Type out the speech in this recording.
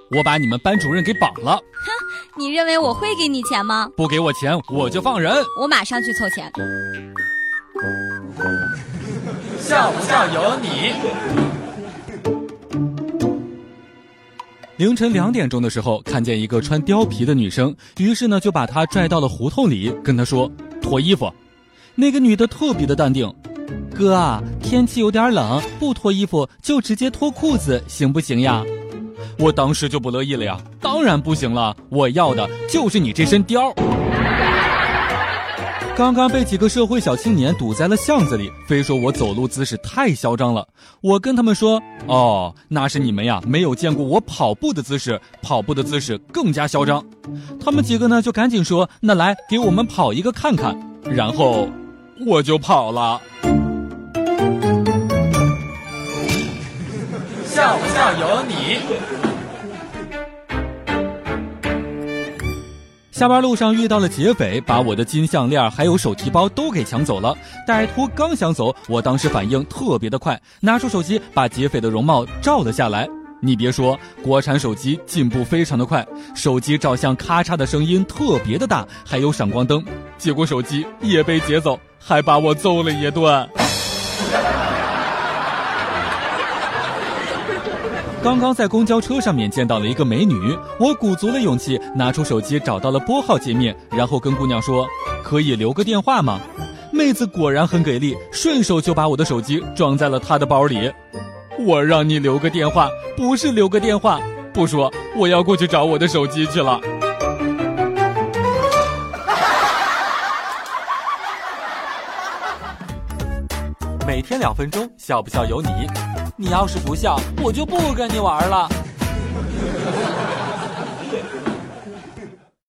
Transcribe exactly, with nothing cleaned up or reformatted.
我把你们班主任给绑了。 哼，你认为我会给你钱吗？ 不给我钱我就放人。 我马上去凑钱。 笑不笑由你。 凌晨两点钟的时候，看见一个穿貂皮的女生，于是呢就把她拽到了胡同里，跟她说脱衣服。那个女的特别的淡定，哥啊，天气有点冷，不脱衣服就直接脱裤子行不行呀？我当时就不乐意了呀，当然不行了，我要的就是你这身貂。刚刚被几个社会小青年堵在了巷子里，非说我走路姿势太嚣张了。我跟他们说，哦，那是你们呀没有见过我跑步的姿势，跑步的姿势更加嚣张。他们几个呢就赶紧说，那来给我们跑一个看看。然后我就跑了。 笑不笑由你。 下班路上遇到了劫匪，把我的金项链还有手提包都给抢走了。歹徒刚想走，我当时反应特别的快，拿出手机把劫匪的容貌照了下来。你别说，国产手机进步非常的快，手机照相咔嚓的声音特别的大，还有闪光灯。结果手机也被劫走，还把我揍了一顿。刚刚在公交车上面见到了一个美女，我鼓足了勇气拿出手机找到了拨号界面，然后跟姑娘说可以留个电话吗？妹子果然很给力，顺手就把我的手机装在了她的包里。我让你留个电话，不是留个电话，不说我要过去找我的手机去了。每天两分钟，笑不笑由你。你要是不笑，我就不跟你玩了。